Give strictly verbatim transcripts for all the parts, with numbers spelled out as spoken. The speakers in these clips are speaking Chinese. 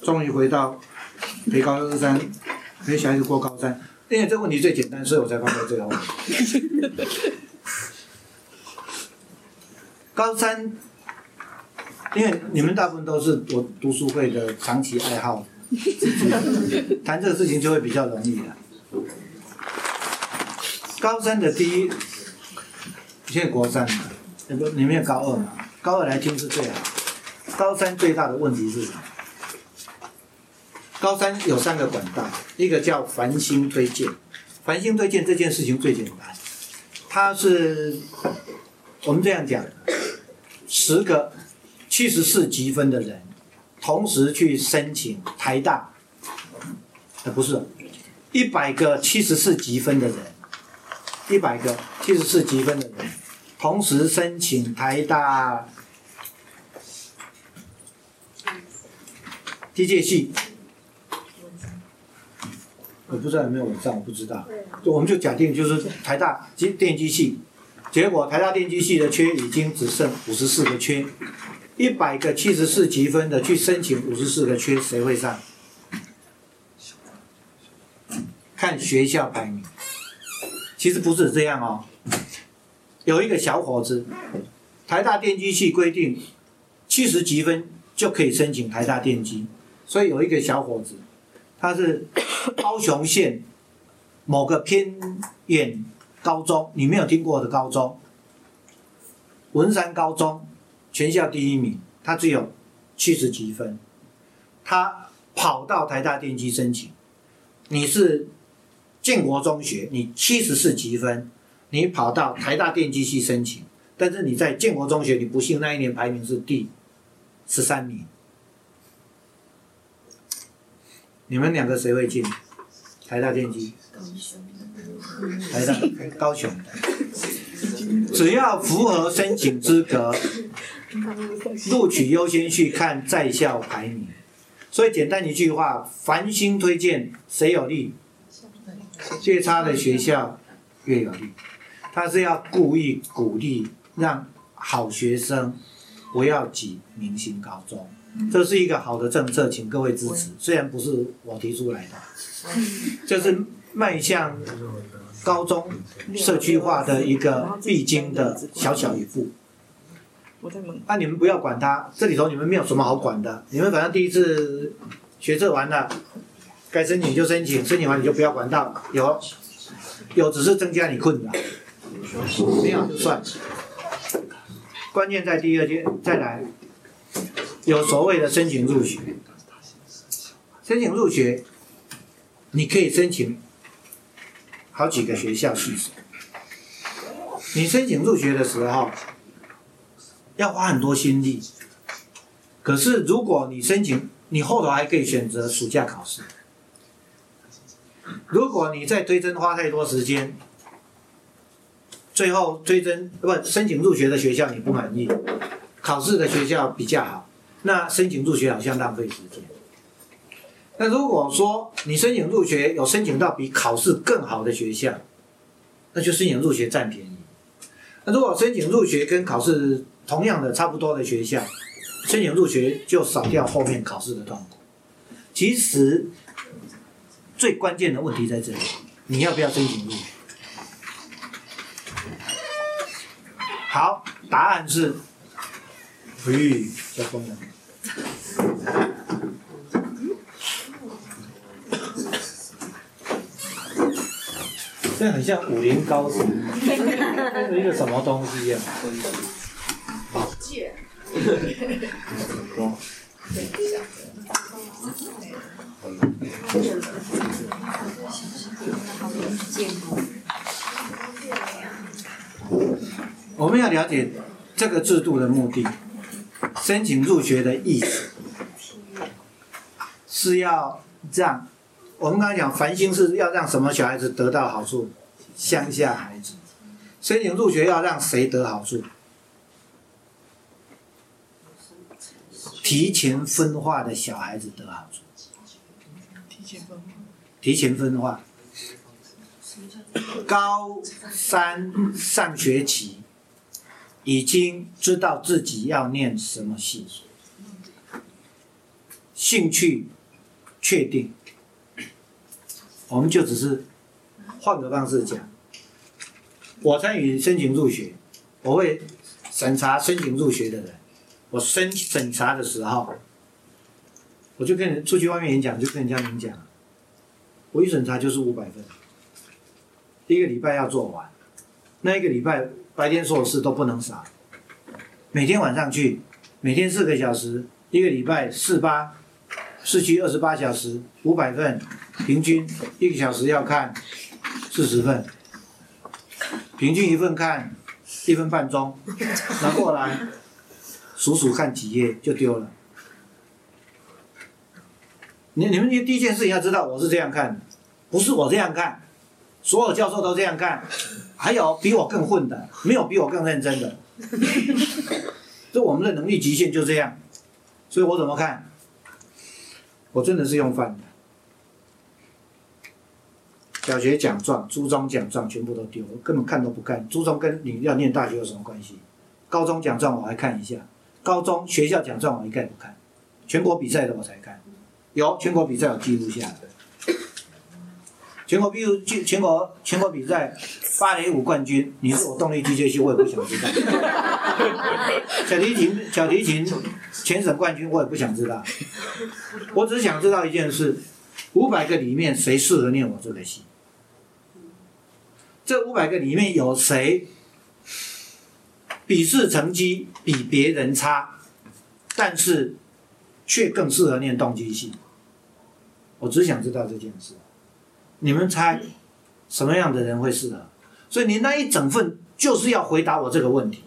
终于回到陪高二三，陪小孩子过高三。因为这个问题最简单，所以我才放在最后。高三，因为你们大部分都是我读书会的长期爱好，谈这个事情就会比较容易了。高三的第一，现在国三嘛，不，你们有高二嘛？高二来听是最好。高三最大的问题是什么？高三有三个管道，一个叫繁星推荐。繁星推荐这件事情最简单，它是我们这样讲，十个七十四级分的人，同时去申请台大，呃不是，一百个七十四级分的人，一百个七十四级分的人，同时申请台大机械系。我不知道有没有文章，我不知道。就我们就假定就是台大电机系，结果台大电机系的缺已经只剩五十四个缺，一百个七十四级分的去申请五十四个缺，谁会上？看学校排名。其实不是这样哦。有一个小伙子，台大电机系规定七十级分就可以申请台大电机，所以有一个小伙子。他是高雄县某个偏远高中，你没有听过的高中，文山高中，全校第一名，他只有七十几分，他跑到台大电机申请。你是建国中学，你七十四级分，你跑到台大电机系申请，但是你在建国中学，你不幸那一年排名是第十三名。你们两个谁会进？台大电机。台大高雄的，只要符合申请资格，录取优先序看在校排名。所以简单一句话，繁星推荐谁有利？越差的学校越有利。他是要故意鼓励让好学生不要挤明星高中。这是一个好的政策，请各位支持。虽然不是我提出来的，这是迈向高中社区化的一个必经的小小一步。那、啊、你们不要管它，这里头你们没有什么好管的。你们反正第一次学测完了，该申请就申请，申请完你就不要管到。有有只是增加你困难，没有就算。关键在第二阶再来。有所谓的申请入学，申请入学，你可以申请好几个学校系所。你申请入学的时候，要花很多心力。可是如果你申请，你后头还可以选择暑假考试。如果你在推甄花太多时间，最后推甄不申请入学的学校你不满意，考试的学校比较好。那申请入学好像浪费时间。那如果说你申请入学有申请到比考试更好的学校，那就申请入学占便宜。那如果申请入学跟考试同样的差不多的学校，申请入学就少掉后面考试的痛苦。其实最关键的问题在这里，你要不要申请入学？好，答案是，吁，小工人。这很像武林高手，那是一个什么东西呀、啊？ 宝剑。 我们要了解这个制度的目的，申请入学的意思是要让我们刚才讲繁星是要让什么小孩子得到好处？乡下孩子。申请入学要让谁得好处？提前分化的小孩子得好处。 提前分化。 提前分化。高三上学期已经知道自己要念什么系， 兴趣确定，我们就只是换个方式讲。我参与申请入学，我会审查申请入学的人。我申审查的时候，我就跟人出去外面演讲，就跟人家明讲，我一审查就是五百分，一个礼拜要做完，那一个礼拜白天所有事都不能少，每天晚上去，每天四个小时，一个礼拜四八，四七二十八小时，五百份，平均一个小时要看四十份，平均一份看一分半钟，拿过来数数看几页就丢了。你你们第一件事情要知道，我是这样看的，不是我这样看，所有教授都这样看，还有比我更混的，没有比我更认真的。这我们的能力极限就这样，所以我怎么看？我真的是用翻的。小学奖状、初中奖状全部都丢，我根本看都不看。初中跟你要念大学有什么关系？高中奖状我还看一下，高中学校奖状我一概不看，全国比赛的我才看。有全国比赛有记录下来，全国比如全国全国比赛芭蕾舞冠军，你是我动力机械系，我也不想知道。小提琴小提琴全省冠军，我也不想知道。我只想知道一件事：五百个里面谁适合念我这个系？这五百个里面有谁笔试成绩比别人差，但是却更适合念动机系？我只想知道这件事。你们猜什么样的人会适合？所以你那一整份就是要回答我这个问题。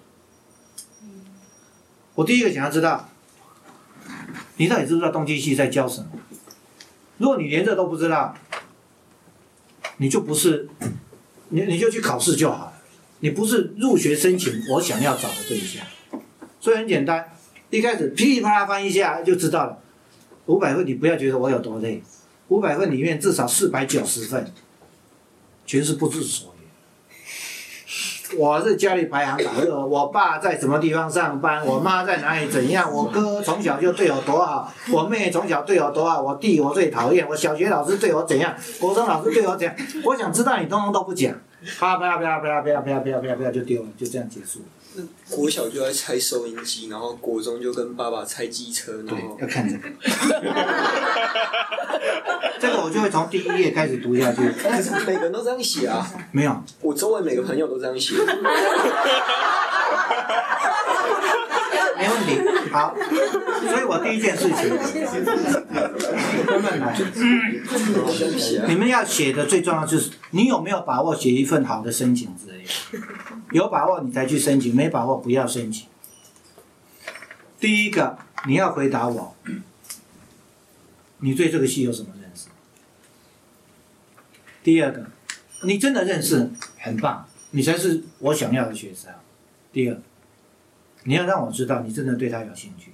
我第一个想要知道，你到底知不知道动机系在教什么？如果你连这都不知道，你就不是，你你就去考试就好了。你不是入学申请我想要找的对象。所以很简单，一开始噼里啪啦翻一下就知道了。五百份你不要觉得我有多累，五百份里面至少四百九十份，全是不知所云。我是家里排行老二，我爸在什么地方上班，我妈在哪里怎样，我哥从小就对我多好，我妹从小对我多好，我弟我最讨厌，我小学老师对我怎样，国中老师对我怎样，我想知道你通通都不讲，啪啪啪啪啪啪啪啪啪啪就丢了，就这样结束了。 那国小就在拆收音机，然后国中就跟爸爸拆机车，然后对，要看这个。这个我就会从第一页开始读下去。 但是每个人都这样写啊？ 没有， 我周围每个朋友都这样写。 没问题。好，所以我第一件事情，慢慢来。你们要写的最重要就是，你有没有把握写一份好的申请资料？有把握你才去申请，没把握不要申请。第一个，你要回答我，你对这个系有什么认识？第二个，你真的认识，很棒，你才是我想要的学生。第二，你要让我知道你真的对他有兴趣。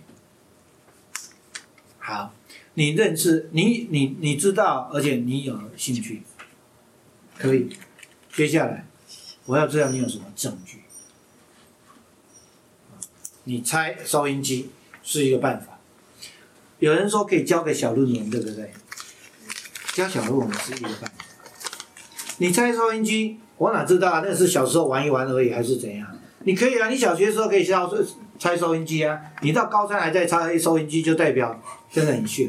好，你认识，你你你知道，而且你有兴趣，可以。接下来，我要知道你有什么证据。你拆收音机是一个办法。有人说可以交个小论文，对不对？交小论文是一个办法。你拆收音机，我哪知道啊？那是小时候玩一玩而已，还是怎样？你可以啊，你小学的时候可以拆拆收音机啊，你到高三还在拆收音机，就代表真的很逊。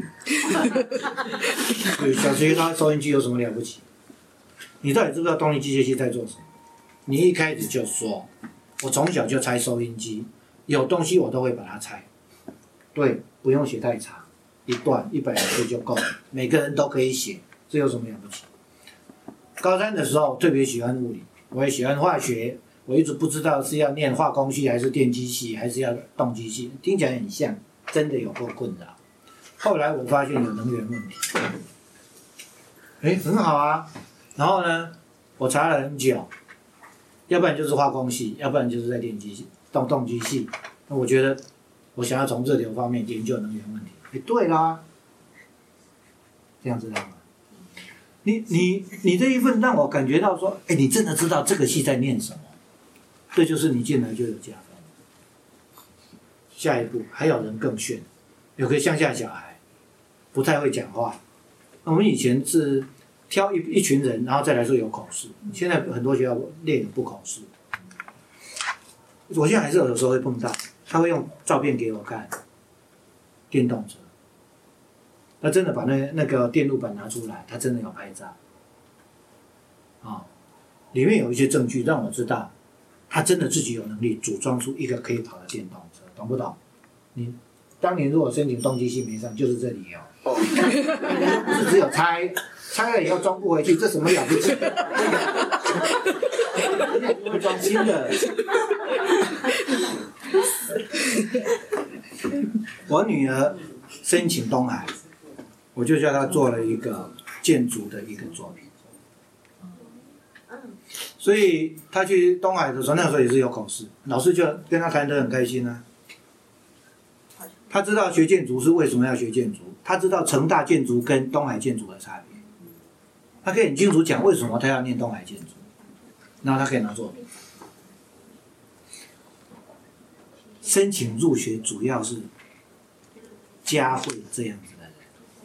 对，小学拆收音机有什么了不起？你到底知不知道动力机械系在做什么？你一开始就说，我从小就拆收音机，有东西我都会把它拆。对，不用写太长，一段一百来字就够了，每个人都可以写，这有什么了不起？高三的时候特别喜欢物理，我也喜欢化学，我一直不知道是要念化工系还是电机系还是要动机系，听起来很像，真的有够困扰。后来我发现有能源问题，哎，很好啊。然后呢，我查了很久，要不然就是化工系，要不然就是在电机系、动动机系。那我觉得，我想要从热流方面研究能源问题。哎，对啦，这样知道吗？你你你这一份让我感觉到说，哎，你真的知道这个系在念什么，这就是你进来就有加分。下一步还有人更炫，有个乡下小孩， 不太会讲话。我们以前是挑一一群人，然后再来说有口试。现在很多学校练不口试。我现在还是有时候会碰到，他会用照片给我看，电动车，他真的把那那个电路板拿出来，他真的有拍照，啊、哦，里面有一些证据让我知道，他真的自己有能力组装出一个可以跑的电动车，懂不懂？你当年如果申请动机系没上，就是这理由，哦，不是只有拆，拆了以后装不回去，这什么了不起？会装新的。我女儿申请东海，我就叫她做了一个建筑的一个作品。所以她去东海的时候，那时候也是有口试，老师就跟她谈得很开心啊。她知道学建筑是为什么要学建筑，她知道成大建筑跟东海建筑的差别，她可以很清楚讲为什么她要念东海建筑，然后她可以拿作品。申请入学主要是嘉惠这样子的人，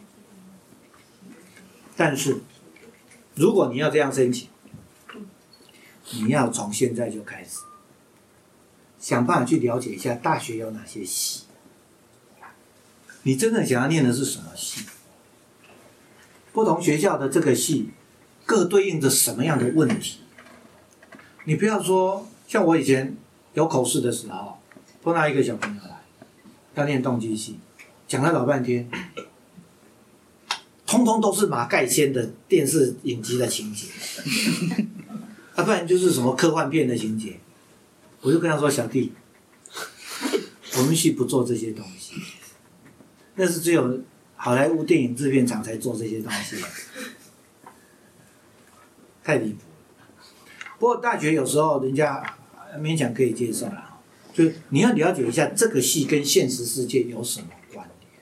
但是如果你要这样申请，你要从现在就开始想办法去了解一下大学有哪些系，你真正想要念的是什么系，不同学校的这个系各对应着什么样的问题。你不要说像我以前有口试的时候，碰到一个小朋友来，要念动机系，讲了老半天，通通都是马盖先的电视影集的情节，啊，不然就是什么科幻片的情节。我就跟他说：“小弟，我们系不做这些东西，那是只有好莱坞电影制片厂才做这些东西，太离谱了。不过大学有时候人家勉强可以接受啦。”就是你要了解一下这个系跟现实世界有什么关联。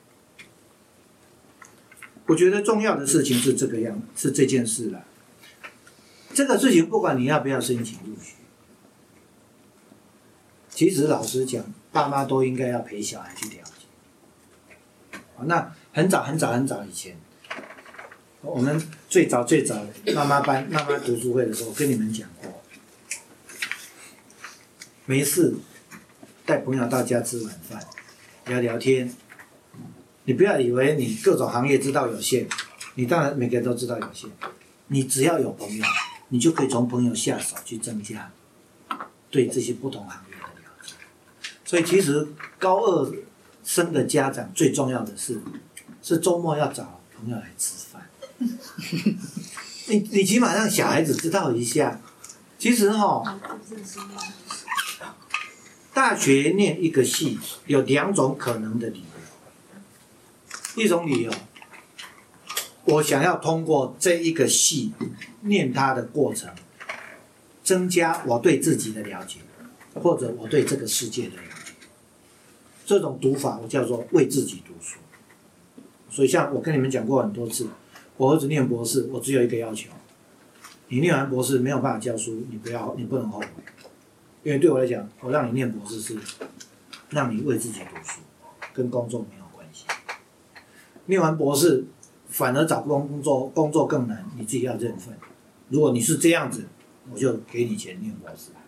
我觉得重要的事情是这个样，是这件事了。这个事情不管你要不要申请入学，其实老实讲，爸妈都应该要陪小孩去了解。那很早很早很早以前，我们最早最早妈妈班妈妈读书会的时候，跟你们讲过，没事。带朋友到家吃晚饭，聊聊天。你不要以为你各种行业知道有限，你当然每个人都知道有限。你只要有朋友，你就可以从朋友下手去增加对这些不同行业的了解。所以其实高二生的家长最重要的是，是周末要找朋友来吃饭。你你起码让小孩子知道一下，其实哈、哦。大学念一个系有两种可能的理由，一种理由，我想要通过这一个系念它的过程，增加我对自己的了解，或者我对这个世界的了解。这种读法我叫做为自己读书。所以像我跟你们讲过很多次，我儿子念博士，我只有一个要求：你念完博士没有办法教书，你不要，你不能后悔。因为对我来讲，我让你念博士是让你为自己读书，跟工作没有关系。念完博士反而找工作工作更难，你自己要认份。如果你是这样子，我就给你钱念博士。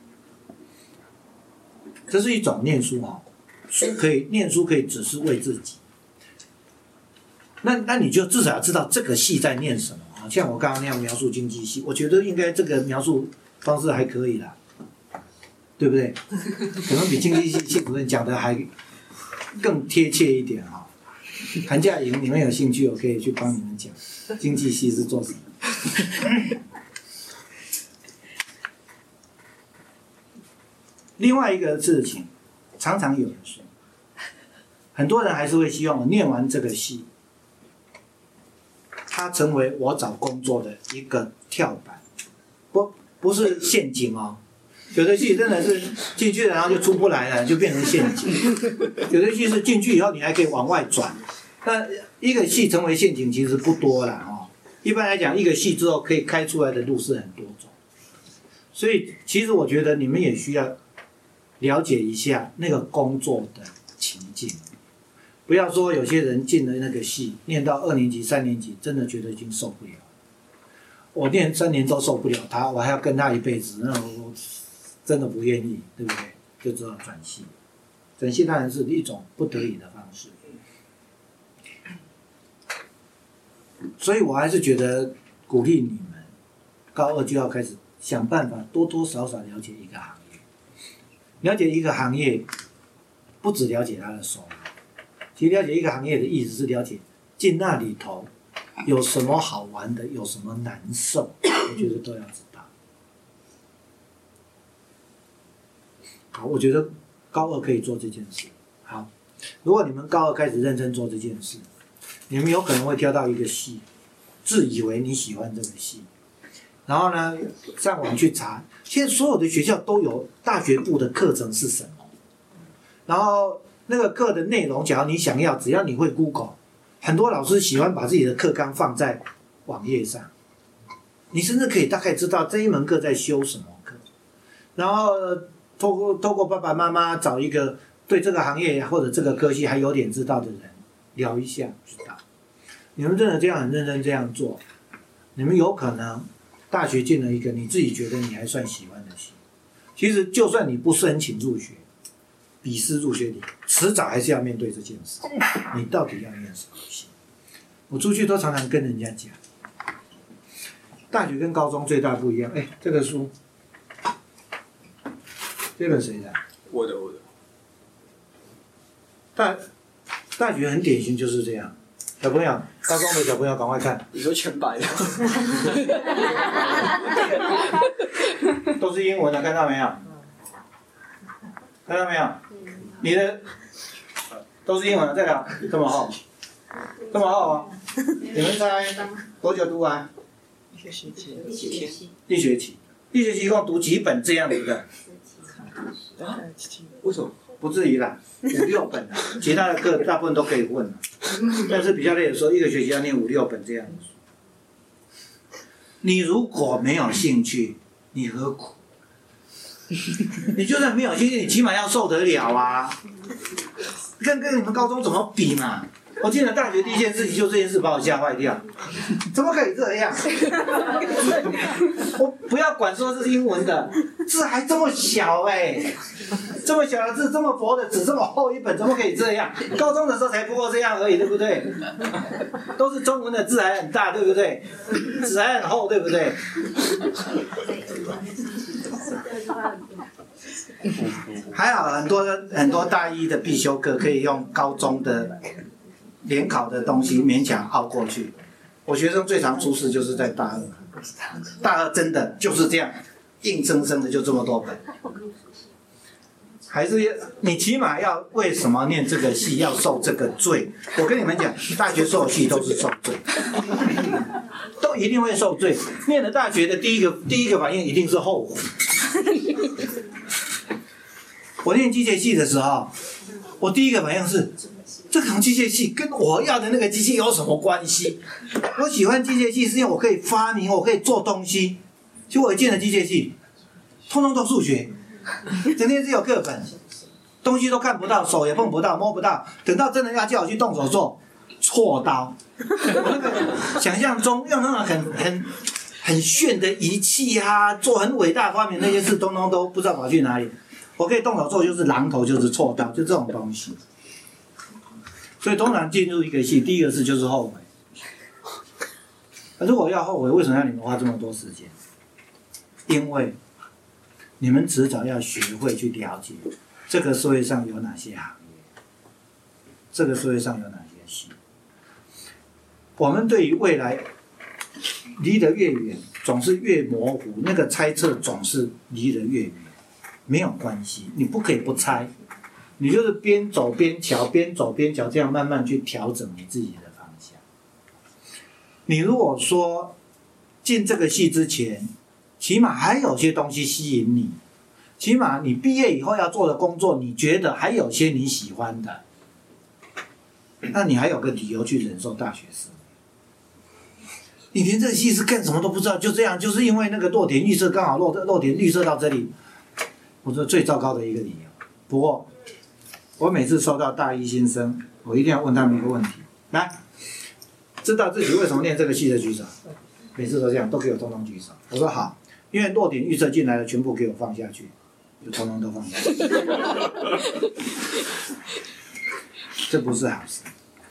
这是一种念书哈，书可以念书可以只是为自己。那那你就至少要知道这个系在念什么啊？像我刚刚那样描述经济系，我觉得应该这个描述方式还可以啦。对不对？可能比经济系系主任讲的还更贴切一点哈、哦。寒假营你们有兴趣，我可以去帮你们讲经济系是做什么。另外一个事情，常常有人说，很多人还是会希望我念完这个系，它成为我找工作的一个跳板，不不是陷阱哦。有的系真的是进去了，然后就出不来了，就变成陷阱；有的系是进去以后你还可以往外转。那一个系成为陷阱其实不多啦哦。一般来讲，一个系之后可以开出来的路是很多种。所以其实我觉得你们也需要了解一下那个工作的情境， 不要说有些人进了那个系，念到二年级、三年级，真的觉得已经受不了。我念三年都受不了他，我还要跟他一辈子，那我真的不愿意，对不对？就知道转系。转系当然是一种不得已的方式。所以我还是觉得鼓励你们，高二就要开始想办法多多少少了解一个行业。了解一个行业，不只了解它的收入，其实了解一个行业的意思是了解进那里头有什么好玩的，有什么难受，我觉得都要知道。好，我觉得高二可以做这件事。好，如果你们高二开始认真做这件事，你们有可能会挑到一个系，自以为你喜欢这个系，然后呢，上网去查，现在所有的学校都有大学部的课程是什么，然后那个课的内容，假如你想要，只要你会 Google， 很多老师喜欢把自己的课纲放在网页上，你甚至可以大概知道这一门课在修什么课，然后透过透过爸爸妈妈找一个对这个行业或者这个科系还有点知道的人聊一下，知道。你们真的这样很认真这样做，你们有可能大学进了一个你自己觉得你还算喜欢的系，其实就算你不申请入学，笔试入学里，迟早还是要面对这件事。你到底要念什么系？我出去都常常跟人家讲，大学跟高中最大不一样。哎，这个书，这本谁的？ 我的我的。 大大学很典型就是这样。小朋友，高中的小朋友赶快看。 你说全白的？ 都是英文的，看到没有？看到没有？你的都是英文的，这个这么厚，这么厚哦。你们猜多久读完？ 一个学期。 一学期。 一学期，一学期一共读几本这样的一个？ 啊？ 为什么？ 不至于啦，五六本啦，其他的课大部分都可以混，但是比较累的时候，一个学期要念五六本这样的书。你如果没有兴趣，你何苦？你就算没有兴趣，你起码要受得了啊！跟跟你们高中怎么比嘛？我进了大学第一件事情就这件事把我吓坏掉，怎么可以这样？我不要管说是英文的，字还这么小哎、欸，这么小的字，这么薄的纸，这么厚一本，怎么可以这样？高中的时候才不过这样而已，对不对？都是中文的字还很大，对不对？纸还很厚，对不对？还好很多很多大一的必修课可以用高中的联考的东西勉强熬过去。我学生最常出事就是在大二，大二真的就是这样，硬生生的就这么多本。还是你起码要为什么念这个系要受这个罪？我跟你们讲，大学所有系都是受罪，都一定会受罪。念了大学的第一个第一个反应一定是后悔。我念机械系的时候，我第一个反应是，这堂机械系跟我要的那个机器有什么关系？我喜欢机械系是因为我可以发明，我可以做东西。结果我一进了机械系，通通都数学，整天只有课本，东西都看不到，手也碰不到，摸不到。等到真的要叫我去动手做，锉刀。我那个想象中用那种很很很炫的仪器啊，做很伟大的发明，那些事通通都不知道跑去哪里。我可以动手做，就是榔头，就是锉刀，就这种东西。所以通常进入一个系，第一个事就是后悔。如果要后悔，为什么要你们花这么多时间？因为你们迟早要学会去了解这个社会上有哪些行业，这个社会上有哪些系。我们对于未来离得越远，总是越模糊，那个猜测总是离得越远。没有关系，你不可以不猜，你就是边走边瞧，边走边瞧，这样慢慢去调整你自己的方向。你如果说进这个系之前，起码还有些东西吸引你，起码你毕业以后要做的工作，你觉得还有些你喜欢的，那你还有个理由去忍受大学四年。你连这个系是干什么都不知道，就这样，就是因为那个落点预设刚好落落点预设到这里。我说最糟糕的一个理由。不过，我每次收到大一新生我一定要问他们一个问题，来，知道自己为什么念这个系的举手，每次都这样，都给我通通举手。我说好，因为落点预测进来的全部给我放下去，就通通都放下去。这不是好事。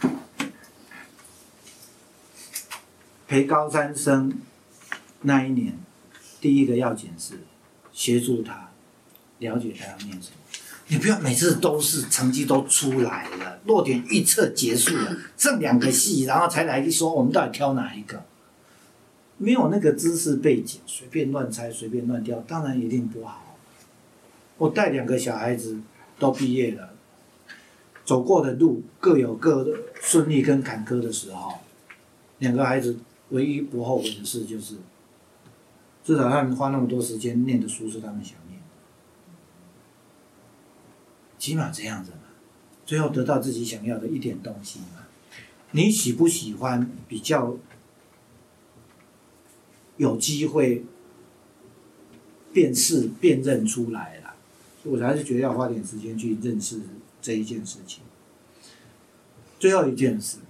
陪高三生那一年，第一个要紧是协助他了解他要念什么。你不要每次都是成绩都出来了，落点预测结束了，剩两个系，然后才来说我们到底挑哪一个？没有那个知识背景，随便乱猜，随便乱挑，当然一定不好。我带两个小孩子都毕业了，走过的路各有各的顺利跟坎坷的时候，两个孩子唯一不后悔的事就是，至少他们花那么多时间念的书是他们想念的，起码这样子嘛，最后得到自己想要的一点东西嘛。你喜不喜欢比较有机会辨识辨认出来啦，所以我还是觉得要花点时间去认识这一件事情。最后一件事，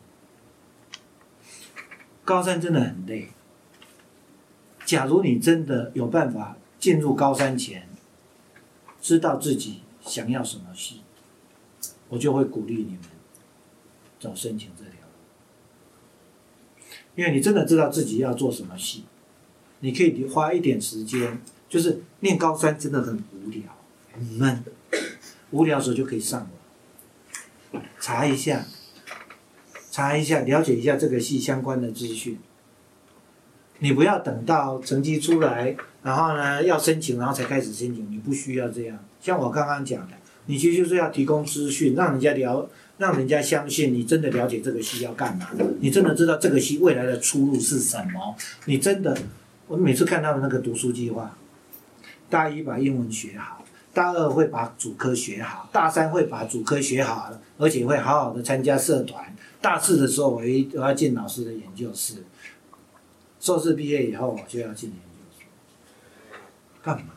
高三真的很累。假如你真的有办法进入高三前，知道自己想要什么系，我就会鼓励你们走申请这条路。因为你真的知道自己要做什么系，你可以花一点时间，就是念高三真的很无聊、很闷，无聊的时候就可以上网查一下，查一下，了解一下这个系相关的资讯。你不要等到成绩出来，然后呢要申请，然后才开始申请，你不需要这样。像我刚刚讲的，你其实就是要提供资讯，让人家了，让人家相信你真的了解这个系要干嘛，你真的知道这个系未来的出路是什么。你真的，我每次看他们那个读书计划，大一把英文学好，大二会把主科学好，大三会把主科学好，而且会好好的参加社团。大四的时候我一我要进老师的研究室，硕士毕业以后我就要进研究所，干嘛？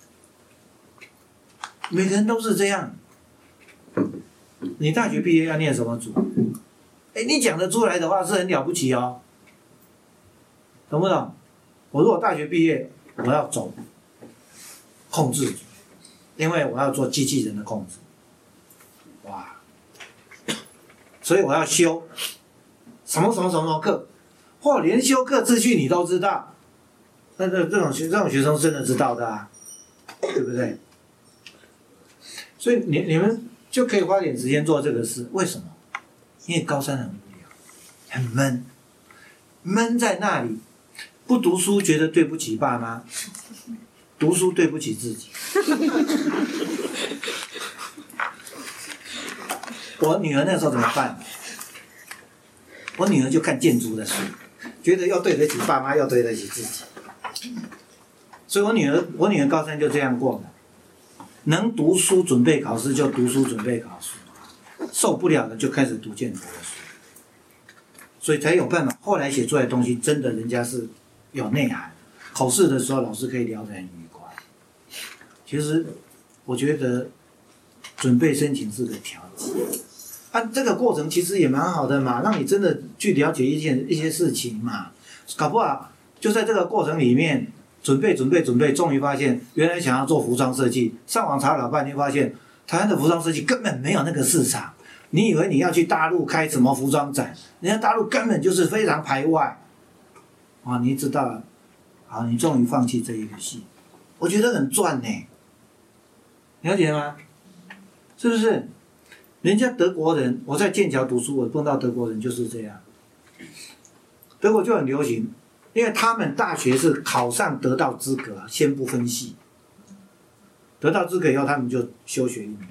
每个人都是这样。你大学毕业要念什么组？哎，你讲得出来的话是很了不起哦，懂不懂？我如果大学毕业，我要走控制组，因为我要做机器人的控制。哇！所以我要修什么什么什么课，或连修课秩序你都知道，那这这种学这种学生真的知道的啊，对不对？所以你你们就可以花点时间做这个事。为什么？因为高三很无聊，很闷，闷在那里，不读书觉得对不起爸妈，读书对不起自己。我女儿那时候怎么办？我女儿就看建筑的书，觉得要对得起爸妈，要对得起自己。所以我女儿，我女儿高三就这样过的，能读书准备考试就读书准备考试，受不了的就开始读建筑的书，所以才有办法。后来写出来的东西真的人家是有内涵，考试的时候老师可以聊得很愉快。其实我觉得准备申请是个调剂。啊，这个过程其实也蛮好的嘛，让你真的去了解一件一些事情嘛。搞不好就在这个过程里面，准备准备准备，终于发现原来想要做服装设计，上网查了半天，发现台湾的服装设计根本没有那个市场。你以为你要去大陆开什么服装展，人家大陆根本就是非常排外。啊，你知道了，好，你终于放弃这一个系，我觉得很赚呢，了解吗？是不是？人家德国人，我在剑桥读书，我碰到德国人就是这样。德国就很流行，因为他们大学是考上得到资格，先不分系，得到资格以后他们就休学一年。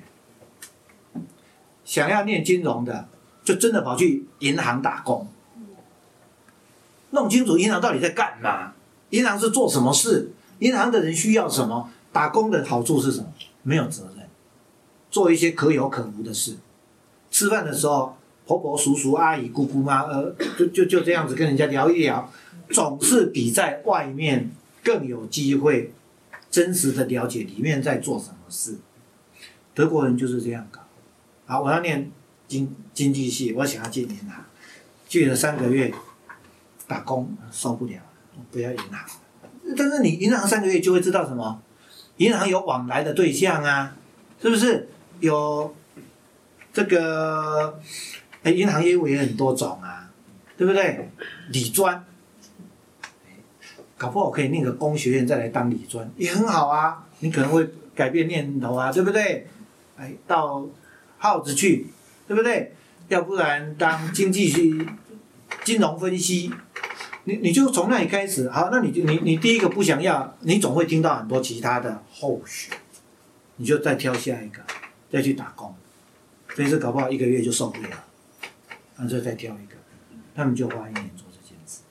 想要念金融的，就真的跑去银行打工，弄清楚银行到底在干嘛，银行是做什么事，银行的人需要什么，打工的好处是什么？没有责任，做一些可有可无的事。吃饭的时候，婆婆、叔叔、阿姨、姑姑妈，呃，就就就这样子跟人家聊一聊，总是比在外面更有机会真实的了解里面在做什么事。德国人就是这样搞。好，我要念经经济系，我想要进银行，去了三个月打工受不了，不要银行。但是你银行三个月就会知道什么？银行有往来的对象啊，是不是？有这个，哎，银行业务也很多种啊，对不对？理专，搞不好可以念个工学院再来当理专，也很好啊。你可能会改变念头啊，对不对？哎，到耗子去，对不对？要不然当经济系、金融分析。你你就从那里开始，好，那你你你第一个不想要，你总会听到很多其他的后续，你就再挑下一个，再去打工，所以这搞不好一个月就受不了，然后就再挑一个，他们就花一年做这件事。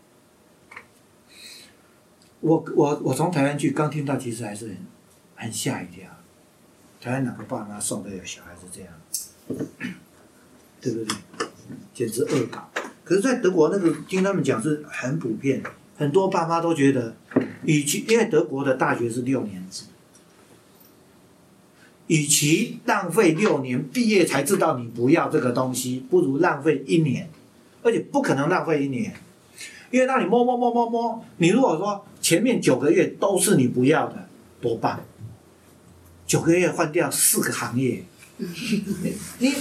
我我我从台湾去，刚听到其实还是很很吓一跳，台湾哪个爸妈送的有小孩子这样，对不对？简直恶搞。可是，在德国那个听他们讲是很普遍，很多爸妈都觉得，与其因为德国的大学是六年制，与其浪费六年毕业才知道你不要这个东西，不如浪费一年，而且不可能浪费一年，因为当你摸摸摸摸摸，你如果说前面九个月都是你不要的，多棒！九个月换掉四个行业，你。你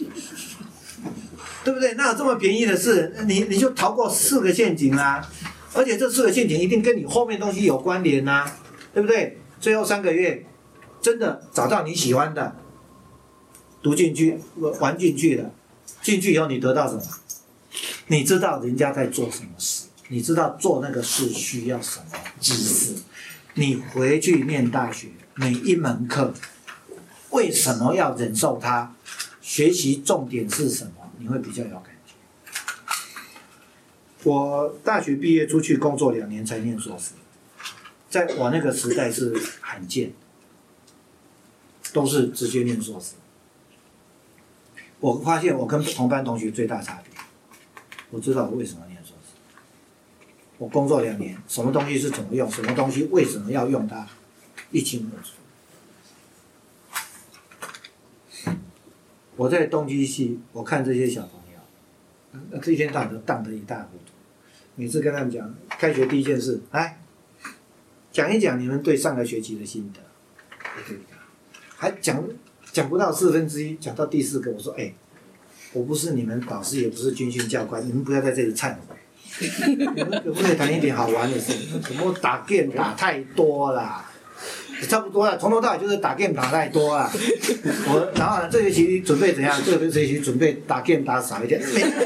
对不对？哪有这么便宜的事？你你就逃过四个陷阱啦、啊，而且这四个陷阱一定跟你后面东西有关联呐、啊，对不对？最后三个月真的找到你喜欢的，读进去玩进去了，进去以后你得到什么？你知道人家在做什么事，你知道做那个事需要什么知识，你回去念大学每一门课为什么要忍受它？学习重点是什么？你会比较有感觉。我大学毕业出去工作两年才念硕士，在我那个时代是罕见，都是直接念硕士。我发现我跟同班同学最大差别，我知道我为什么念硕士。我工作两年，什么东西是怎么用，什么东西为什么要用它，一清二楚。我在东基系，我看这些小朋友，这一天到晚都荡得一塌糊涂。每次跟他们讲，开学第一件事，来讲一讲你们对上个学期的心得。还讲讲不到四分之一，讲到第四个，我说，哎，我不是你们导师，也不是军训教官，你们不要在这里忏悔。你们可不可以谈一点好玩的事？什么打 game 打太多啦。差不多了，从头到尾就是打 game 打太多了。我然后呢，这学期准备怎样？这个学期准备打 game 打少一点。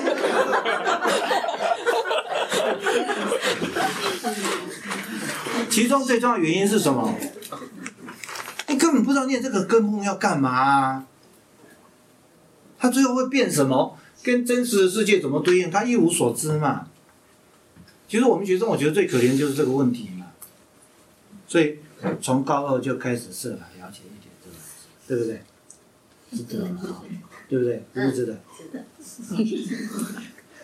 其中最重要的原因是什么？你根本不知道念这个根本要干嘛啊！他最后会变什么？跟真实的世界怎么对应？他一无所知嘛。其实我们学生，我觉得最可怜就是这个问题嘛。所以。从高二就开始设了了解一点这个，对不对？是的，对不对？是不是的？是的。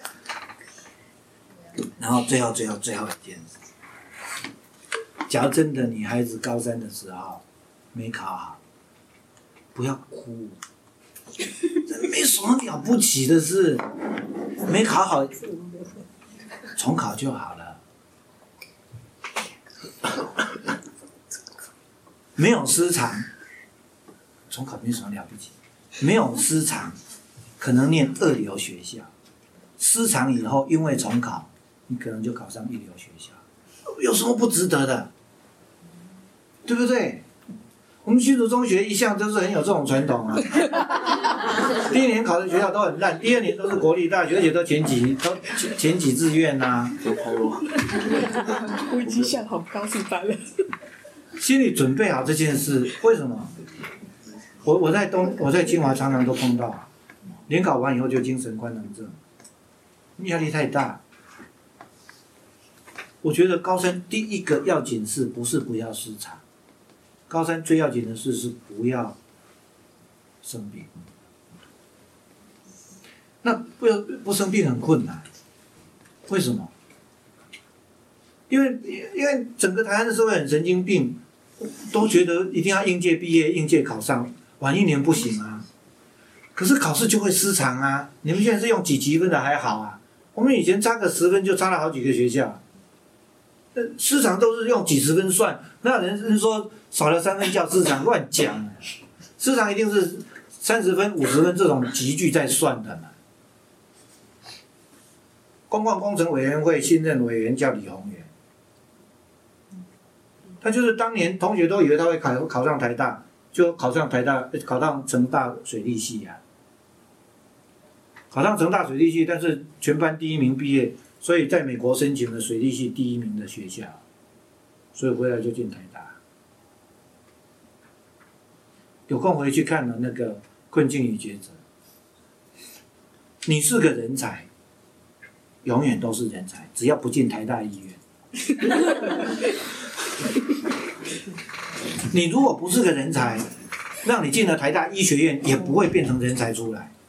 然后最后最后最后一件事，假如真的女孩子高三的时候没考好，不要哭，这没什么了不起的事，没考好，重考就好了。没有失常，重考没什么了不起。没有失常，可能念二流学校；失常以后，因为重考，你可能就考上一流学校，有什么不值得的？对不对？我们新竹中学一向都是很有这种传统啊。第一年考的学校都很烂，第二年都是国立大学，而且都前几都前前几志愿呐、啊。 我已经想好高兴翻了。 心里准备好这件事，为什么？我我在东我在清华常常都碰到，联考完以后就精神官能症，压力太大。我觉得高三第一个要紧事不是不要失常，高三最要紧的事是不要生病。那不不生病很困难，为什么？因为因为整个台湾的社会很神经病，都觉得一定要应届毕业、应届考上，晚一年不行啊。 可是考试就会失常啊！你们现在是用几级分的还好啊，我们以前差个十分就差了好几个学校，呃，失常都是用几十分算，那人是说少了三分叫失常，乱讲，失常一定是三十分、五十分这种集聚在算的嘛。公共工程委员会新任委员叫李宏源，他就是当年同学都以为他会考考上台大，就考上台大，考上成大水利系啊，考上成大水利系，但是全班第一名毕业，所以在美国申请了水利系第一名的学校，所以回来就进台大。有空回去看了那个《困境与抉择》，你是个人才。永远都是人才，只要不进台大医院。你如果不是个人才，让你进了台大医学院，也不会变成人才出来。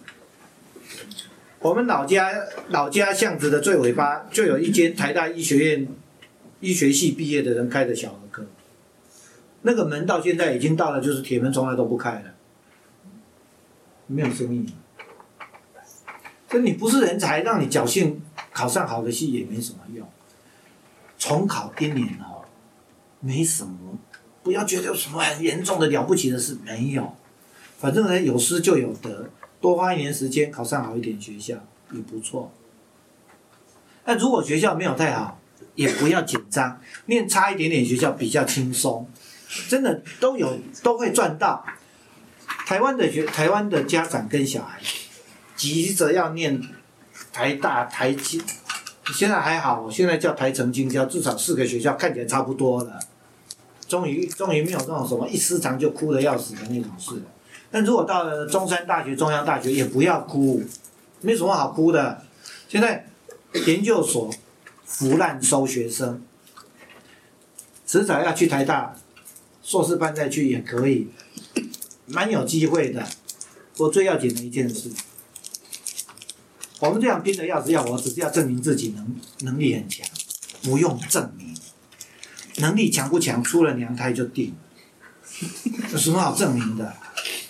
我们老家老家巷子的最尾巴就有一间台大医学院医学系毕业的人开的小儿科，那个门到现在已经到了，就是铁门从来都不开了，没有生意。所以你不是人才，让你侥幸考上好的系也没什么用。重考一年哦，没什么，不要觉得有什么很严重的了不起的事，没有。反正呢，有失就有得，多花一年时间考上好一点学校也不错。那如果学校没有太好，也不要紧张，念差一点点学校比较轻松，真的都有都会赚到。台湾的学台湾的家长跟小孩急着要念台大、台清，现在还好，现在叫台成清交，至少四个学校看起来差不多了。终于，终于没有那种什么一失常就哭得要死的那种事了。但如果到了中山大学、中央大学，也不要哭，没什么好哭的。现在研究所腐烂收学生，迟早要去台大，硕士班再去也可以，蛮有机会的。不过最要紧的一件事。我们这样拼的要死要活，只是要证明自己能能力很强，不用证明，能力强不强，出了娘胎就定了，有什么好证明的？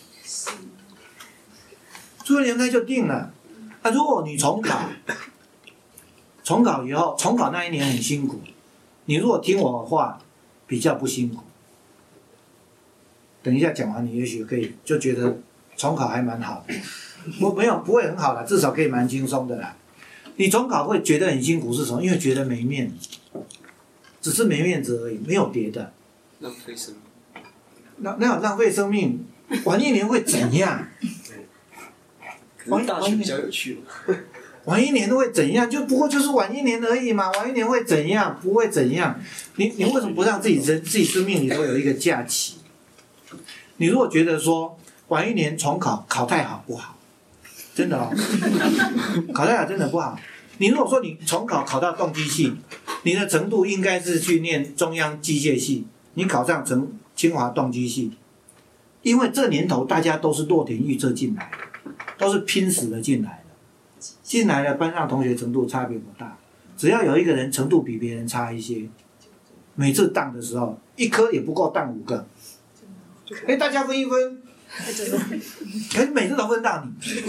出了娘胎就定了。啊，如果你重考，重考以后，重考那一年很辛苦，你如果听我的话，比较不辛苦。等一下讲完，你也许可以就觉得重考还蛮好的。我没有不会很好啦，至少可以蛮轻松的啦。你重考会觉得很辛苦是什么？因为觉得没面子，只是没面子而已，没有别的。 浪费生命。 那那有浪费生命，晚一年会怎样？ 可是大学比较有趣嘛。 晚一年会怎样？就不过就是晚一年而已嘛。晚一年会怎样？不会怎样。你你为什么不让自己人自己生命里头有一个假期？你如果觉得说晚一年重考考太好不好？真的哦，考太好真的不好。你如果说你重考考到动机系，你的程度应该是去念中央机械系，你考上成清华动机系，因为这年头大家都是落点预测进来的，都是拼死的进来的，进来了班上同学程度差别不大，只要有一个人程度比别人差一些，每次当的时候一科也不够当五个，哎，大家分一分。可是每次都分到你，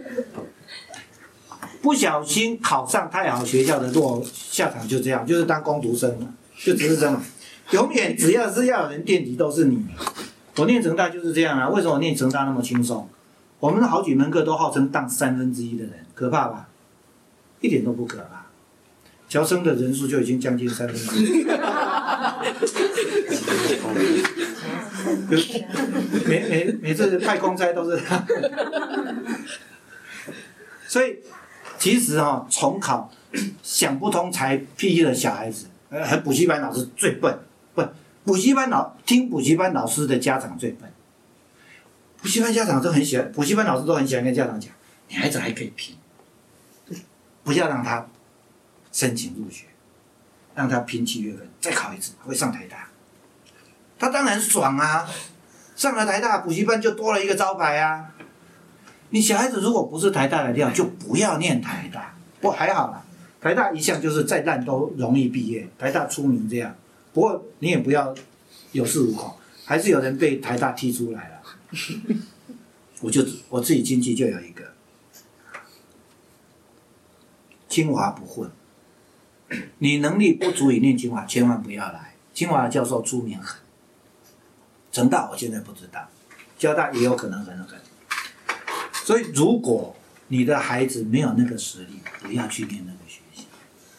不小心考上太好学校的落下场就这样，就是当工读生嘛，就只是这样，永远只要是要有人垫底都是你。我念成大就是这样啊，为什么我念成大那么轻松？我们好几门课都号称当三分之一的人，可怕吧？一点都不可怕。侨生的人数就已经将近三分之一。每每每次派公差都是他，所以其实啊、哦，重考想不通才屁的小孩子，呃，补习班老师最笨，不，补习班老听补习班老师的家长最笨。补习班家长都很喜欢，补习班老师都很喜欢跟家长讲，你孩子还可以拼，不要让他申请入学，让他拼七月份再考一次，会上台大。他当然爽啊，上了台大补习班就多了一个招牌啊。你小孩子如果不是台大的料，就不要念台大。不过还好啦，台大一向就是再烂都容易毕业，台大出名这样。不过你也不要有恃无恐，还是有人被台大踢出来了。 我就我自己亲戚就有一个，清华不混，你能力不足以念清华，千万不要来。清华的教授出名狠，成大我现在不知道，交大也有可能很狠。所以如果你的孩子没有那个实力，不要去念那个学校。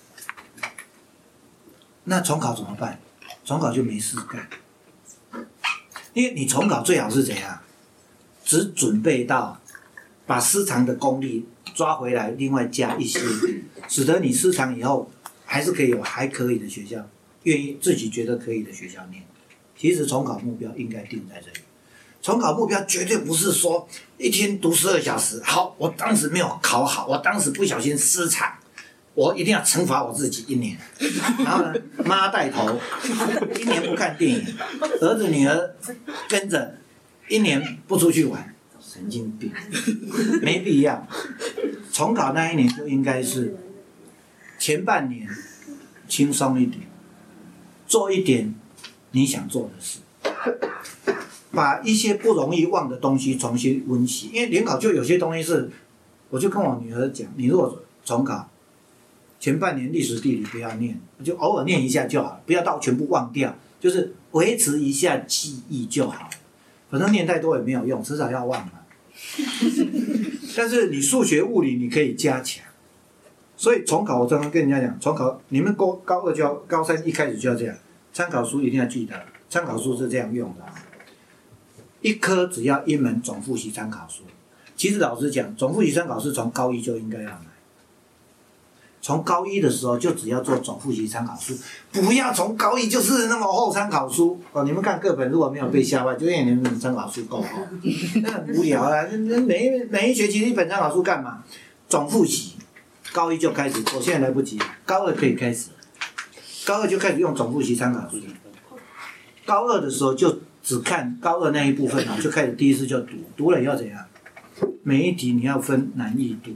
那重考怎么办？重考就没事干，因为你重考最好是怎样？只准备到把失常的功力抓回来，另外加一些，使得你失常以后还是可以有还可以的学校，愿意自己觉得可以的学校念。其实重考目标应该定在这里。重考目标绝对不是说一天读十二小时，好，我当时没有考好，我当时不小心失常，我一定要惩罚我自己一年。然后呢，妈带头，一年不看电影，儿子女儿跟着，一年不出去玩，神经病，没必要。重考那一年就应该是前半年轻松一点，做一点你想做的事。把一些不容易忘的东西重新温习，因为联考就有些东西是，我就跟我女儿讲，你如果重考，前半年历史地理不要念，就偶尔念一下就好了，不要到全部忘掉，就是维持一下记忆就好了。反正念太多也没有用，迟早要忘嘛。但是你数学、物理你可以加强，所以重考我常常跟人家讲，重考你们高高二就要高三一开始就要这样，参考书一定要记得，参考书是这样用的。一科只要一门总复习参考书，其实老实讲，总复习参考书从高一就应该要买。从高一的时候就只要做总复习参考书，不要从高一就是那么厚参考书哦。你们看课本如果没有被吓坏，就因为你们参考书够厚，那很无聊啊。每每一学期一本参考书干嘛？总复习，高一就开始做，现在来不及，高二可以开始，高二就开始用总复习参考书。高二的时候就只看高二那一部分啊，就开始第一次就读，读了以后怎样？每一题你要分难易度，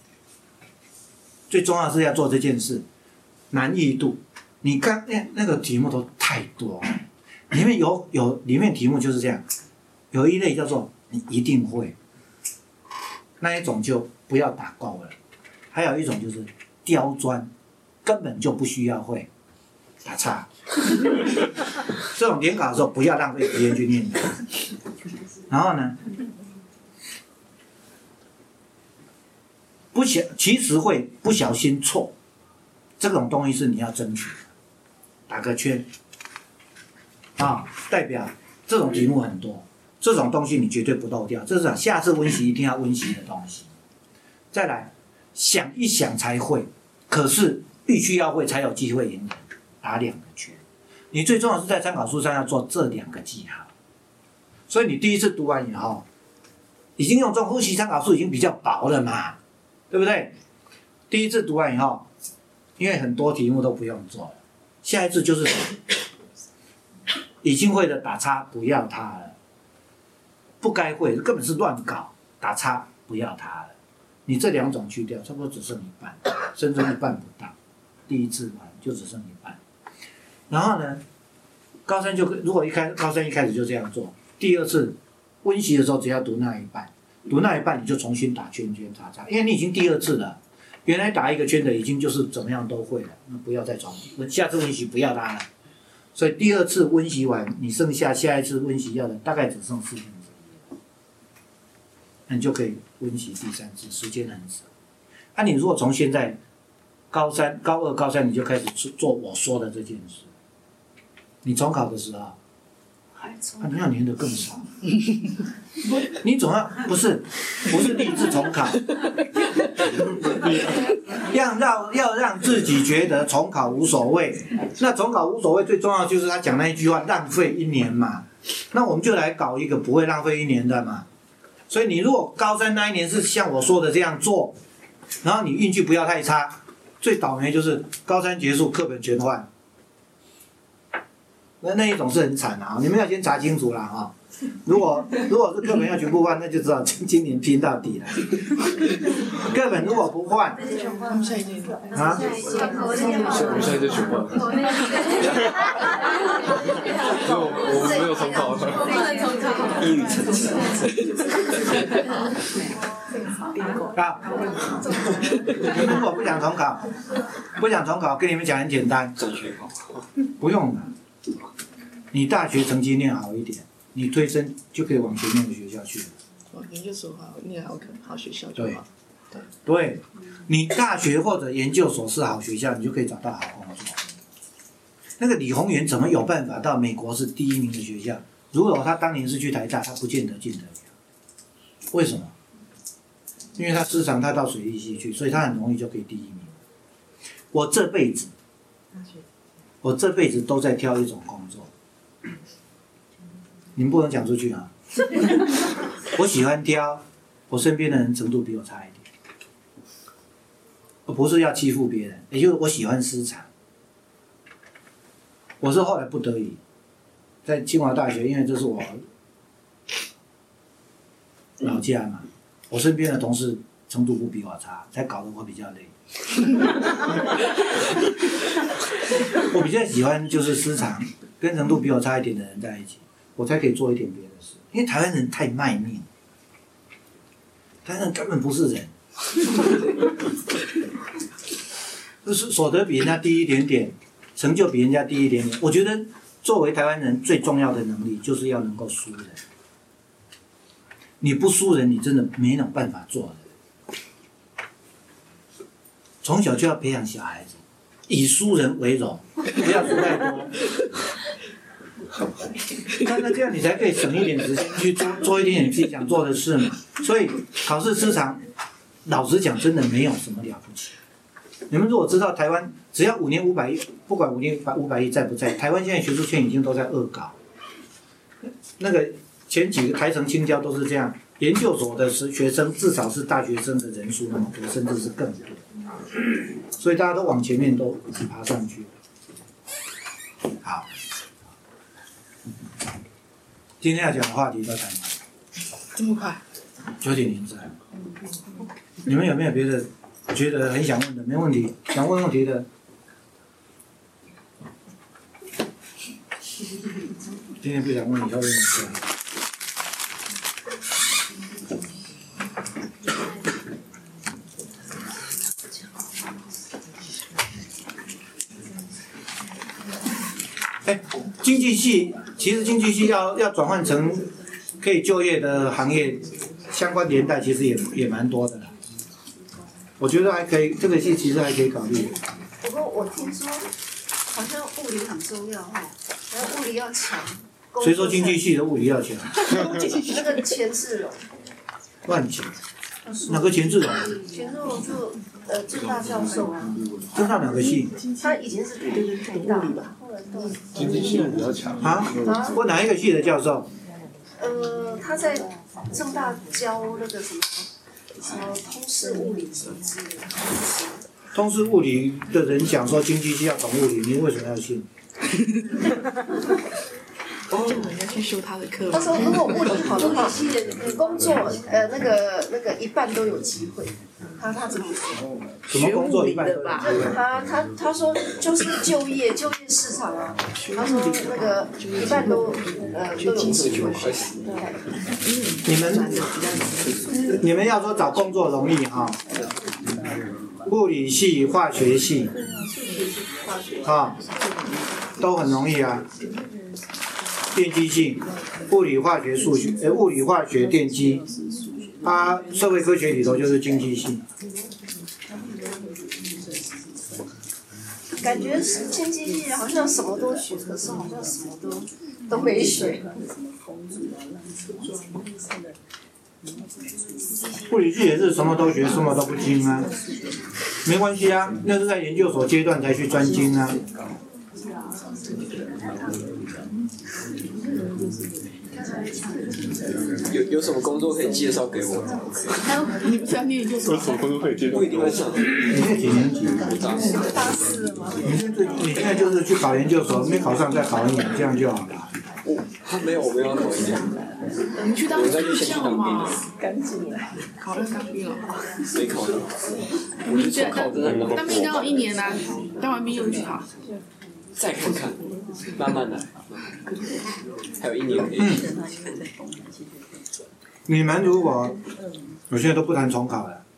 最重要的是要做这件事，难易度。你看那那个题目都太多了，里面有有里面题目就是这样，有一类叫做你一定会，那一种就不要打勾了，还有一种就是刁钻，根本就不需要会，打叉。这种联考的时候不要浪费时间去念的。然后呢，不小其实会不小心错，这种东西是你要争取的，打个圈啊，代表这种题目很多，这种东西你绝对不漏掉，这是下次温习一定要温习的东西。再来，想一想才会，可是必须要会才有机会赢人，打两个圈。你最重要是在参考书上要做这两个记号，所以你第一次读完以后，已经用总复习参考书已经比较薄了嘛，对不对？第一次读完以后，因为很多题目都不用做了，下一次就是什么？已经会的打叉，不要它了；不该会的根本是乱搞，打叉不要它了。你这两种去掉，差不多只剩一半，甚至一半不到。第一次完就只剩一半。然后呢，高三就如果一开高三一开始就这样做，第二次温习的时候只要读那一半，读那一半你就重新打圈圈叉叉，因为你已经第二次了，原来打一个圈的已经就是怎么样都会了，那不要再重，下次温习不要它了。所以第二次温习完，你剩下下一次温习要的大概只剩四分之一了，那你就可以温习第三次，时间很少。那、啊、你如果从现在高三、高二、高三你就开始做我说的这件事。你重考的时候，啊，你要念得更少。你总要不是不是立志重考，要让要让自己觉得重考无所谓。那重考无所谓，最重要就是他讲那一句话，浪费一年嘛。那我们就来搞一个不会浪费一年的嘛。所以你如果高三那一年是像我说的这样做，然后你运气不要太差，最倒霉就是高三结束课本全换。那那一种是很惨啊！你们要先查清楚啦啊！如果如果是课本要全部换，那就知道今今年拼到底了。课本如果不换， 下一届啊？ 我们下一届全换。我我没有重考了。 一语成谶。 好，你们如果不想重考，不想重考，跟你们讲很简单， 转学考。 不用了。你大学成绩念好一点，你推甄就可以往前面的学校去了。 哦，研究所好，念好好学校就好。对。 对，你大学或者研究所是好学校，你就可以找到好工作。那个李宏源怎么有办法到美国是第一名的学校？如果他当年是去台大，他不见得进得了。为什么？因为他市场他到水利系去，所以他很容易就可以第一名。我这辈子，我这辈子都在挑一种工作，你们不能讲出去啊！我喜欢挑，我身边的人程度比我差一点，我不是要欺负别人，也就是我喜欢市场。我是后来不得已，在清华大学，因为这是我老家嘛，我身边的同事程度不比我差，才搞得我比较累。我比较喜欢就是市场跟程度比我差一点的人在一起，我才可以做一点别的事。因为台湾人太卖命，台湾人根本不是人，就是所得比人家低一点点。成就比人家低一点点，我觉得作为台湾人最重要的能力就是要能够输人。你不输人，你真的没有办法做人。从小就要培养小孩子，以输人为荣，不要输太多。那那这样你才可以省一点时间去做做一点点自己想做的事嘛。所以考试失常，老实讲，真的没有什么了不起。你们如果知道台湾只要五年五百亿，不管五年五百亿在不在，台湾现在学术圈已经都在恶搞。那个前几个台城清交都是这样，研究所的学生至少是大学生的人数那么多，甚至是更多，所以大家都往前面都爬上去。好，今天要讲的话题都谈完， 这么快？ 九点零三，你们有没有别的？觉得很想问的，没问题。想问问题的，今天不想问，以后问可以。哎，经济系其实经济系要要转换成可以就业的行业，相关年代其实也也蛮多的啦。我觉得还可以，这个系其实还可以考虑。 不过我听说，好像物理很重要哈，然后物理要强。 谁说经济系的物理要强？ 那个钱志龙。 乱讲。哪个钱志龙？ 钱志龙就呃政大教授啊。 政大哪个系？ 他以前是台大吧，后来到。 经济系比较强。 啊？问哪一个系的教授？ 呃，他在政大教那个什么。什么通识物理什么之类的。 通识物理的人讲说经济系要懂物理，你为什么要信？ 哦，人家去修他的课。 他说如果物理好的话，你工作呃那个那个一半都有机会。他他怎么说？ 什么工作一半都有机会？ 他他他说就是就业就业市场啊，他说那个一半都呃都有机会。 你们你们要说找工作容易哈，物理系、化学系啊都很容易啊。电机系、物理、化学、数学，呃，物理、化学、电机，啊，社会科学里头就是经济系。 感觉是经济系好像什么都学，可是好像什么都都没学。 物理系也是什么都学，什么都不精啊，没关系啊，那是在研究所阶段才去专精啊。 有有什么工作可以介绍给我？ 你不是要念研究所？ 有什么工作可以介绍？ 不一定会上。 你现在几年级？ 大四。 大四了吗？ 你现在你现在就是去考研究所，没考上再考一年，这样就好了。 我他没有，我没有考一年。 你去当军校嘛？ 赶紧来。 考了当兵了。 没考上。 你觉得当兵刚好一年啊，当完兵又去考。 再看看，慢慢来，还有一年可以。 嗯。你们如果有些人都不谈重考了，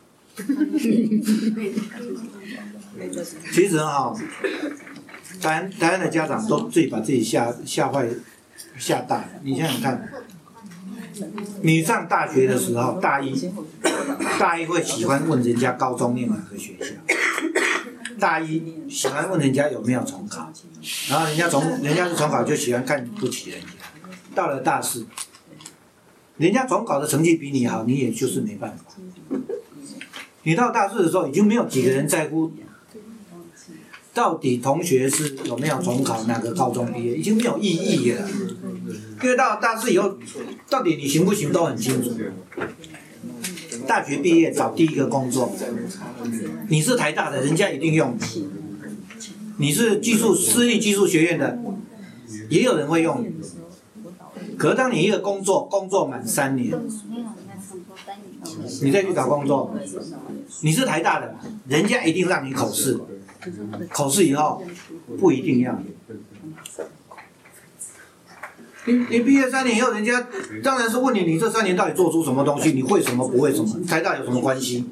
其实哈，台湾台湾的家长都自己把自己吓吓坏、吓大了。你想想看，你上大学的时候，大一，大一会喜欢问人家高中念哪个学校，大一喜欢问人家有没有重考，然后人家重人家是重考就喜欢看不起人家，到了大四。人家总考的成绩比你好，你也就是没办法。你到大四的时候，已经没有几个人在乎到底同学是有没有重考哪个高中毕业，已经没有意义了。因为到大四以后，到底你行不行都很清楚。大学毕业找第一个工作，你是台大的，人家一定用你；你是技术私立技术学院的，也有人会用你。可是当你一个工作工作满三年，你再去找工作，你是台大的，人家一定让你口试，口试以后不一定要。你你毕业三年以后，人家当然是问你，你这三年到底做出什么东西，你会什么不会什么，台大有什么关系？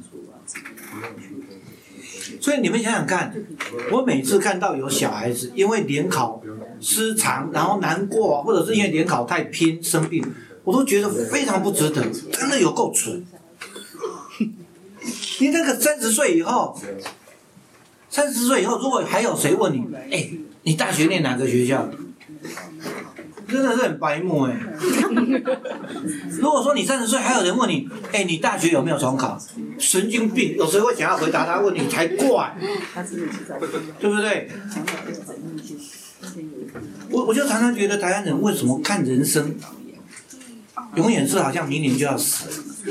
所以你们想想看，我每次看到有小孩子因为联考失常，然后难过，或者是因为联考太拼生病，我都觉得非常不值得，真的有够蠢。你那个三十岁以后，三十岁以后，如果还有谁问你，哎、欸，你大学念哪个学校？真的是很白目哎、欸。如果说你三十岁还有人问你，哎、欸，你大学有没有重考？神经病，有谁会想要回答他问你才怪，对不对？我我就常常觉得台湾人为什么看人生，永远是好像明年就要死，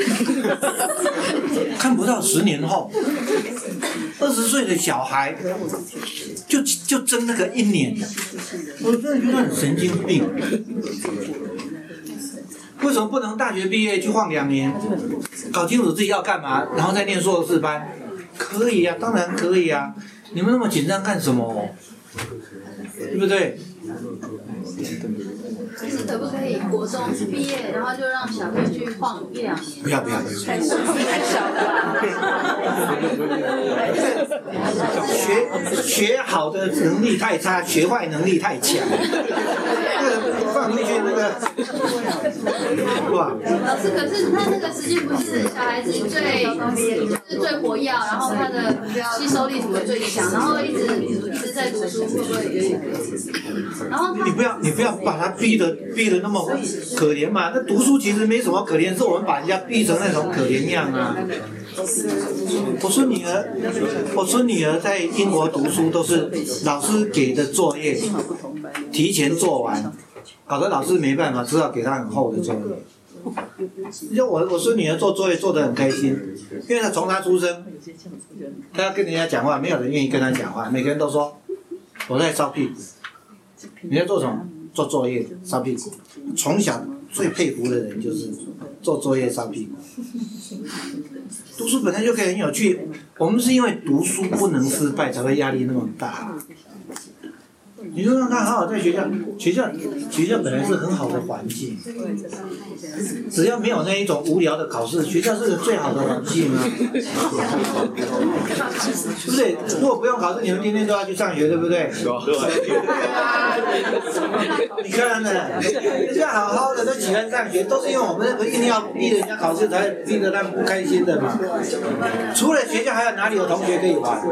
看不到十年后，二十岁的小孩就就争那个一年，我真的觉得很神经病。为什么不能大学毕业去晃两年，搞清楚自己要干嘛，然后再念硕士班？可以啊，当然可以啊，你们那么紧张干什么？对不对？ 可是可不可以国中毕业，然后就让小朋友去晃一两年？ 不要不要， 太小太小了。 学学好的能力太差，学坏能力太强。那个放进去那个，哇！ 老师，可是他那个时间不是小孩子最就是最活跃，然后他的吸收力什么最强，然后一直一直在读书，会不会有点？然后他你不要你不要把他逼得逼得那么可怜嘛，那读书其实没什么可怜，是我们把人家逼成那种可怜样啊。我孙女儿，我孙女儿在英国读书都是老师给的作业，提前做完，搞得老师没办法，只好给她很厚的作业。就我我孙女儿做作业做得很开心，因为她从她出生，她要跟人家讲话，没有人愿意跟她讲话，每个人都说我在烧屁股。你在做什么？做作业，烧屁股。从小最佩服的人就是做作业烧屁股。读书本来就可以很有趣，我们是因为读书不能失败才会压力那么大。你就让他好好在学校，学校学校本来是很好的环境，只要没有那一种无聊的考试，学校是个最好的环境啊，对不对？如果不用考试，你们天天都要去上学，对不对？你看呢，人家好好的都喜欢上学，都是因为我们那个一定要逼人家考试，才逼得他们不开心的嘛。除了学校，还有哪里有同学可以玩？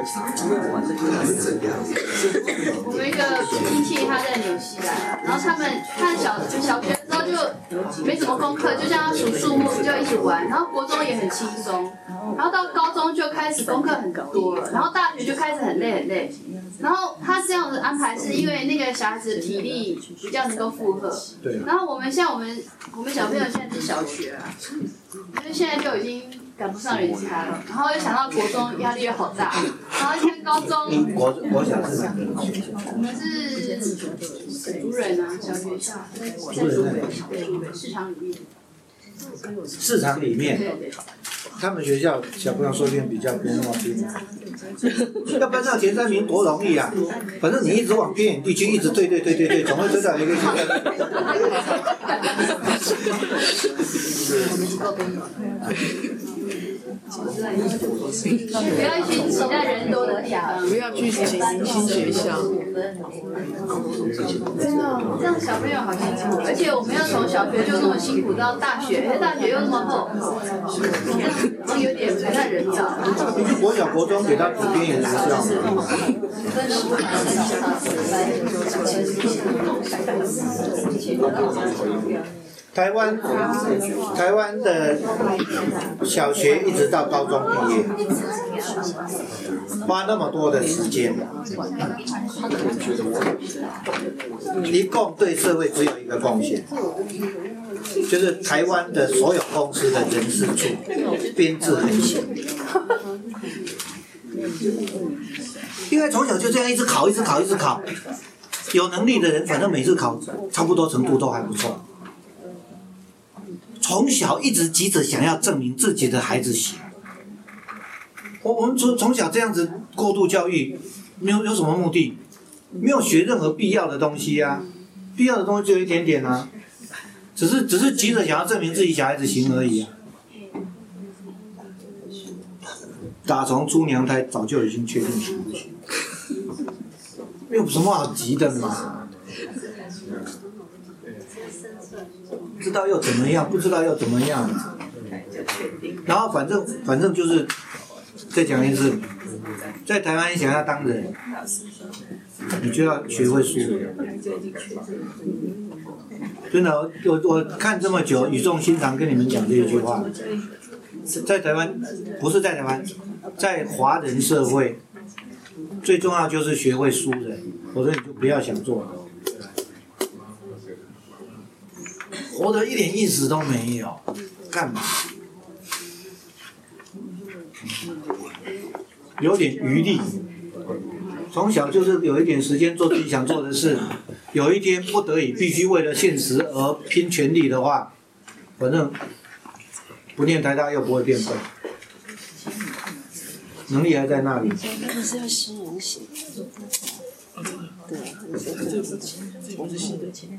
我们一个亲戚他在纽西兰，然后他们他小小学的时候就没什么功课，就像他数数目就一起玩，然后国中也很轻松，然后到高中就开始功课很多了，然后大学就开始很累很累。然后他这样的安排是因为那个小孩子的体力比较能够负荷。 对。 然后我们像我们我们小朋友现在是小学啊，因为现在就已经赶不上人家了，然后又想到国中压力又好大，然后一看高中。 国国小是哪个？ 我们是竹人啊，小学校在在竹人市场里面。 市场里面。 他们学校小朋友说不定比较不那么拼，要班上前三名多容易啊！反正你一直往偏远地区一直对对对对对，总会追到一个学校。 不要去期待人多的地方， 不要去新新学校。 真的，这样小朋友好辛苦，而且我们要从小学就那么辛苦到大学，因为大学又那么厚，这样有点不太人道。 你去国小、国中给他读边缘学校。台湾，台湾的小学一直到高中毕业，花那么多的时间，一共对社会只有一个贡献，就是台湾的所有公司的人事处编制很小，因为从小就这样一直考，一直考，一直考，有能力的人反正每次考差不多程度都还不错。从小一直急着想要证明自己的孩子行。我我们从从小这样子过度教育，没有有什么目的？没有学任何必要的东西啊，必要的东西只有一点点啊，只是只是急着想要证明自己小孩子行而已啊。打从出娘胎早就已经确定行不行，没有什么好急的嘛。不知道又怎么样？不知道又怎么样？然后反正反正就是，再讲一次，在台湾想要当人，你就要学会输。真的，我我看这么久，语重心长跟你们讲这一句话，在台湾不是在台湾，在华人社会，最重要就是学会输人，否则你就不要想做了。活得一点意思都没有，干嘛？有点余力，从小就是有一点时间做自己想做的事，有一天不得已必须为了现实而拼全力的话，反正不念台大又不会变笨，能力还在那里。 那个是要新人写的。对，这个是新的。